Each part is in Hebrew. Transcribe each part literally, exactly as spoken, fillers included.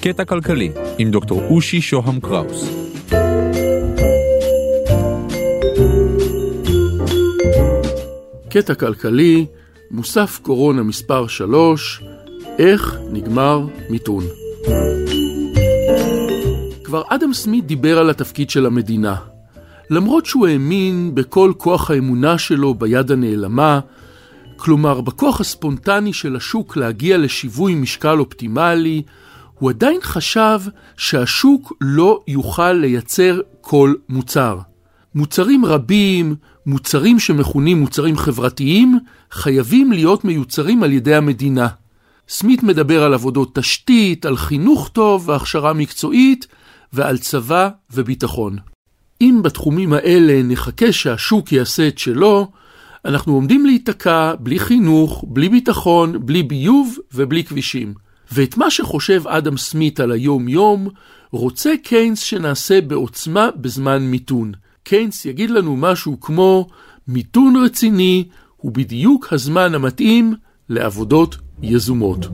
קטע כלכלי עם דוקטור אושי שוהם קראוס. קטע כלכלי, מוסף קורונה מספר שלוש, איך נגמר מיתון. כבר אדם סמית דיבר על התפקיד של המדינה. למרות שהוא האמין בכל כוח האמונה שלו ביד הנעלמה, כלומר בכוח הספונטני של השוק להגיע לשיווי משקל אופטימלי, הוא עדיין חשב שהשוק לא יוכל לייצר כל מוצר. מוצרים רבים, מוצרים שמכונים מוצרים חברתיים, חייבים להיות מיוצרים על ידי המדינה. סמית מדבר על עבודות תשתית, על חינוך טוב והכשרה מקצועית, ועל צבא וביטחון. אם בתחומים האלה נחכה שהשוק יעשה את שלו, אנחנו עומדים להיתקע בלי חינוך, בלי ביטחון, בלי ביוב ובלי כבישים. ואת מה שחושב אדם סמית על היום-יום, רוצה קיינס שנעשה בעוצמה בזמן מיתון. קיינס יגיד לנו משהו כמו, מיתון רציני הוא בדיוק הזמן המתאים לעבודות יזומות.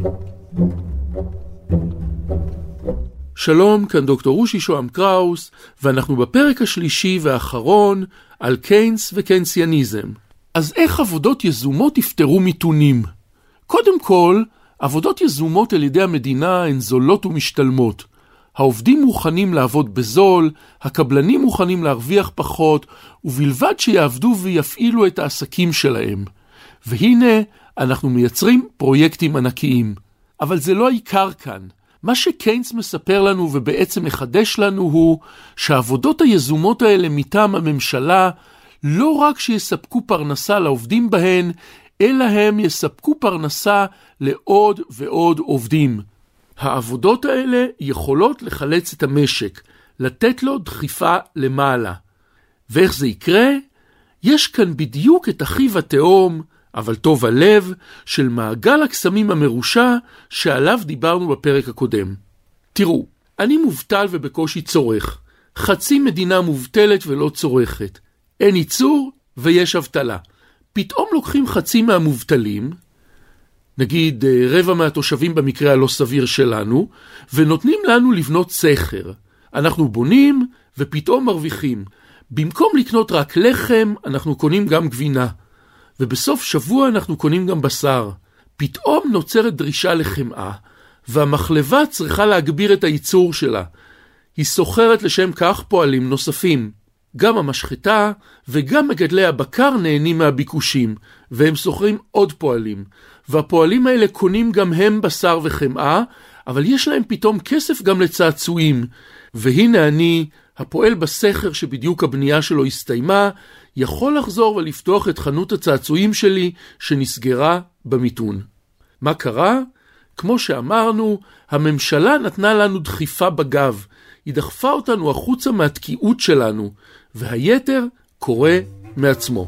שלום, כאן דוקטור אושי שוהם קראוס, ואנחנו בפרק השלישי והאחרון על קיינס וקיינסיאניזם. אז איך עבודות יזומות יפתרו מיתונים? קודם כל, עבודות יזומות על ידי המדינה הן זולות ומשתלמות. העובדים מוכנים לעבוד בזול, הקבלנים מוכנים להרוויח פחות, ובלבד שיעבדו ויפעילו את העסקים שלהם. והנה, אנחנו מייצרים פרויקטים ענקיים. אבל זה לא העיקר כאן. מה שקיינס מספר לנו ובעצם מחדש לנו הוא שהעבודות היזומות האלה מטעם הממשלה לא רק שיספקו פרנסה לעובדים בהן, אלא הם יספקו פרנסה לעוד ועוד עובדים. העבודות האלה יכולות לחלץ את המשק, לתת לו דחיפה למעלה. ואיך זה יקרה? יש כאן בדיוק את אחיו התאום, אבל טוב הלב, של מעגל הקסמים המרושע שעליו דיברנו בפרק הקודם. תראו, אני מובטל ובקושי צורך. חצי מדינה מובטלת ולא צורכת. אין ייצור ויש אבטלה. פתאום לוקחים חצי מהמובטלים, נגיד רבע מהתושבים במקרה הלא סביר שלנו, ונותנים לנו לבנות סכר. אנחנו בונים ופתאום מרוויחים. במקום לקנות רק לחם, אנחנו קונים גם גבינה. ובסוף שבוע אנחנו קונים גם בשר. פתאום נוצרת דרישה לחמאה, והמחלבה צריכה להגביר את הייצור שלה. היא סוחרת לשם כך פועלים נוספים. גם המשחטה וגם מגדלי הבקר נהנים מהביקושים, והם סוחרים עוד פועלים. והפועלים האלה קונים גם הם בשר וחמאה, אבל יש להם פתאום כסף גם לצעצועים. והנה אני, הפועל בסכר שבדיוק הבנייה שלו הסתיימה, יכול לחזור ולפתוח את חנות הצעצועים שלי שנסגרה במיתון. מה קרה? כמו שאמרנו, הממשלה נתנה לנו דחיפה בגב. היא דחפה אותנו החוצה מהתקיעות שלנו, והיתר קורה מעצמו.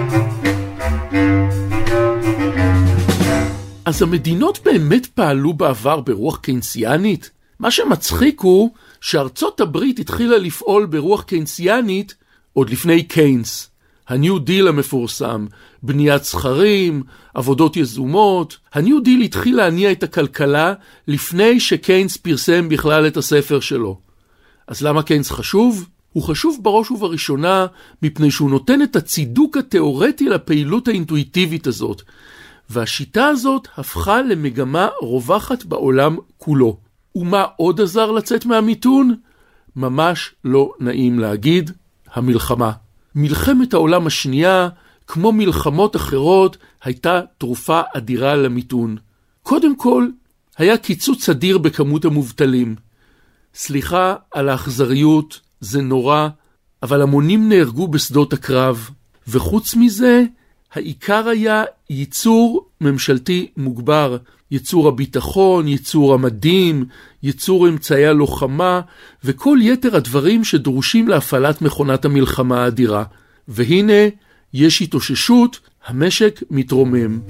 אז המדינות באמת פעלו בעבר ברוח קיינסיאנית? מה שמצחיק הוא שארצות הברית התחילה לפעול ברוח קיינסיאנית עוד לפני קיינס. הניו דיל המפורסם, בניית סחרים, עבודות יזומות. הניו דיל התחיל להניע את הכלכלה לפני שקיינס פרסם בכלל את הספר שלו. אז למה קיינס חשוב? הוא חשוב בראש ובראשונה מפני שהוא נותן את הצידוק התיאורטי לפעילות האינטואיטיבית הזאת. והשיטה הזאת הפכה למגמה רווחת בעולם כולו. ומה עוד עזר לצאת מהמיתון? ממש לא נעים להגיד, המלחמה. מלחמת העולם השנייה, כמו מלחמות אחרות, הייתה תרופה אדירה למיתון. קודם כל, היה קיצוץ אדיר בכמות המובטלים. סליחה על האכזריות, זה נורא, אבל המונים נהרגו בשדות הקרב. וחוץ מזה, העיקר היה ייצור ממשלתי מוגבר, ייצור הביטחון, ייצור המדים, ייצור אמצעי הלוחמה, וכל יתר הדברים שדרושים להפעלת מכונת המלחמה האדירה. והנה, יש התאוששות, המשק מתרומם.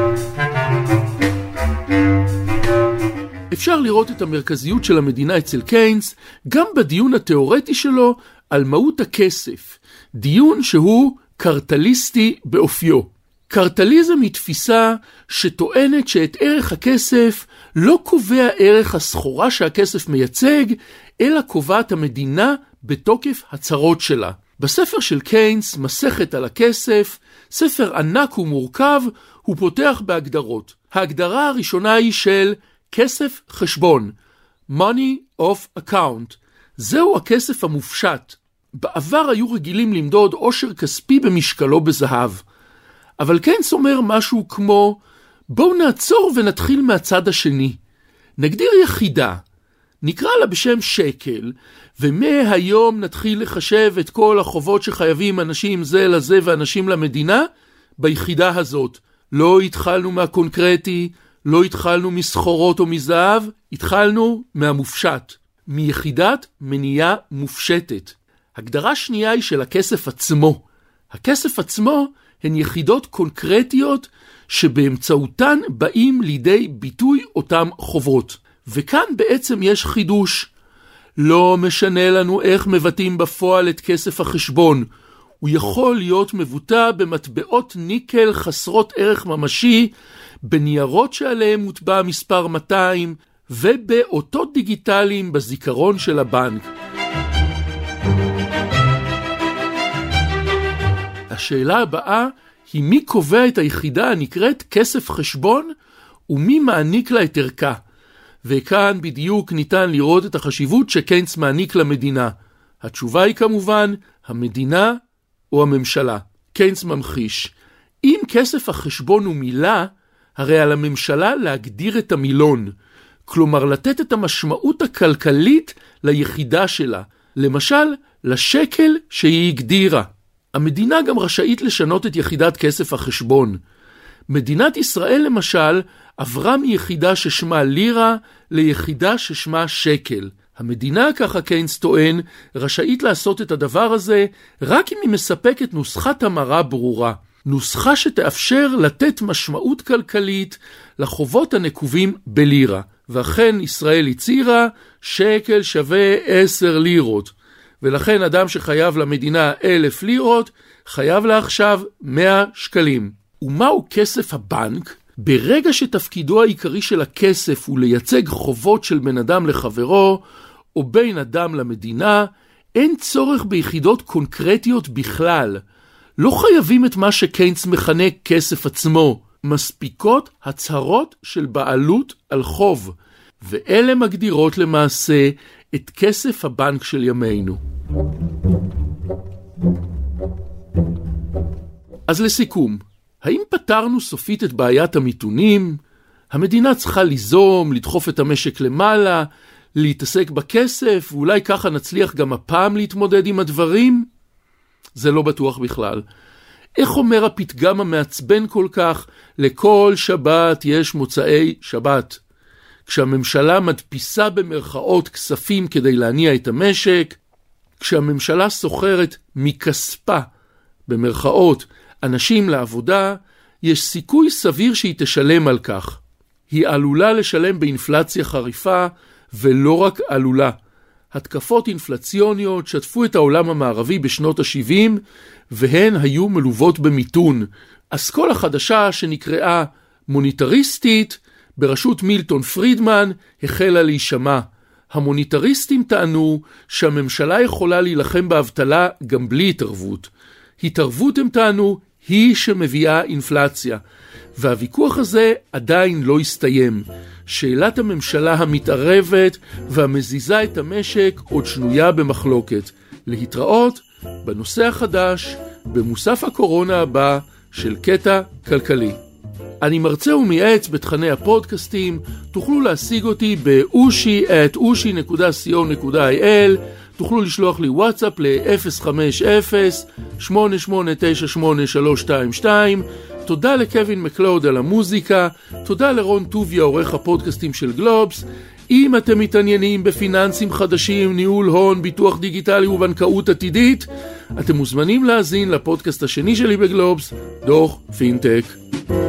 אפשר לראות את המרכזיות של המדינה אצל קיינס, גם בדיון התיאורטי שלו על מהות הכסף. דיון שהוא קרטליסטי באופיו. קרטליזם היא תפיסה שטוענת שאת ערך הכסף לא קובע ערך הסחורה שהכסף מייצג, אלא קובעת המדינה בתוקף הצהרות שלה. בספר של קיינס, מסכת על הכסף, ספר ענק ומורכב, הוא פותח בהגדרות. ההגדרה הראשונה היא של כסף חשבון, money of account. זהו הכסף המופשט. בעבר היו רגילים למדוד עושר כספי במשקלו בזהב. אבל קיינס אומר משהו כמו, בואו נעצור ונתחיל מהצד השני. נגדיר יחידה, נקרא לה בשם שקל, ומהיום נתחיל לחשב את כל החובות שחייבים אנשים זה לזה ואנשים למדינה ביחידה הזאת. לא התחלנו מהקונקרטי, לא התחלנו מסחורות או מזהב, התחלנו מהמופשט, מיחידת מניעה מופשטת. הגדרה שנייה היא של הכסף עצמו. הכסף עצמו הן יחידות קונקרטיות שבאמצעותן באים לידי ביטוי אותם חובות. וכאן בעצם יש חידוש. לא משנה לנו איך מבטאים בפועל את כסף החשבון. הוא יכול להיות מבוטא במטבעות ניקל חסרות ערך ממשי, בניירות שעליהם מוטבע מספר מאתיים, ובאותות דיגיטליים בזיכרון של הבנק. השאלה הבאה היא מי קובע את היחידה הנקראת כסף חשבון ומי מעניק לה את ערכה. וכאן בדיוק ניתן לראות את החשיבות שקיינס מעניק למדינה. התשובה היא כמובן המדינה או הממשלה. קיינס ממחיש, אם כסף החשבון הוא מילה, הרי על הממשלה להגדיר את המילון, כלומר לתת את המשמעות הכלכלית ליחידה שלה, למשל לשקל שהיא הגדירה. המדינה גם רשאית לשנות את יחידת כסף החשבון. מדינת ישראל למשל עברה מיחידה ששמה לירה ליחידה ששמה שקל. המדינה, ככה קיינס טוען, רשאית לעשות את הדבר הזה רק אם היא מספקת נוסחת המרה ברורה. נוסחה שתאפשר לתת משמעות כלכלית לחובות הנקובים בלירה. ואכן ישראל הצהירה שקל שווה עשר לירות. ולכן אדם שחייב למדינה אלף לירות, חייב לה עכשיו מאה שקלים. ומהו כסף הבנק? ברגע שתפקידו העיקרי של הכסף הוא לייצג חובות של בן אדם לחברו, או בין אדם למדינה, אין צורך ביחידות קונקרטיות בכלל. לא חייבים את מה שקיינס מכנה כסף עצמו. מספיקות הצהרות של בעלות על חוב, ואלה מגדירות למעשה את כסף הבנק של ימינו. אז לסיכום, האם פתרנו סופית את בעיית המיתונים? המדינה צריכה ליזום, לדחוף את המשק למעלה, להתעסק בכסף, ואולי ככה נצליח גם הפעם להתמודד עם הדברים? זה לא בטוח בכלל. איך אומר הפתגם המעצבן כל כך? לכל שבת יש מוצאי שבת. כשהממשלה מדפיסה במרכאות כספים כדי להניע את המשק, כשהממשלה סוחרת מכספה, במרכאות, אנשים לעבודה, יש סיכוי סביר שהיא תשלם על כך. היא עלולה לשלם באינפלציה חריפה, ולא רק עלולה. התקפות אינפלציוניות שטפו את העולם המערבי בשנות ה-שבעים, והן היו מלוות במיתון. אסכולה חדשה שנקראה מוניטריסטית, בראשות מילטון פרידמן, החלה להישמע. המוניטריסטים טענו שהממשלה יכולה להילחם באבטלה גם בלי התערבות. התערבות הם טענו היא שמביאה אינפלציה. והוויכוח הזה עדיין לא הסתיים. שאלת הממשלה המתערבת והמזיזה את המשק עוד שנויה במחלוקת. להתראות בנושא החדש, במוסף הקורונה הבא של קטע כלכלי. אני מרצה ומייעץ בתכני הפודקאסטים, תוכלו להשיג אותי ב-אושי את אושי נקודה סי או נקודה איי אל, תוכלו לשלוח לי וואטסאפ ל-אפס חמש אפס שמונה שמונה תשע שמונה שלוש שתיים שתיים. תודה לקווין מקלאוד על המוזיקה, תודה לרון טוביה עורך הפודקאסטים של גלובס. אם אתם מתעניינים בפיננסים חדשים, ניהול הון, ביטוח דיגיטלי ובנקאות עתידית, אתם מוזמנים להאזין לפודקאסט השני שלי בגלובס, דוח פינטק.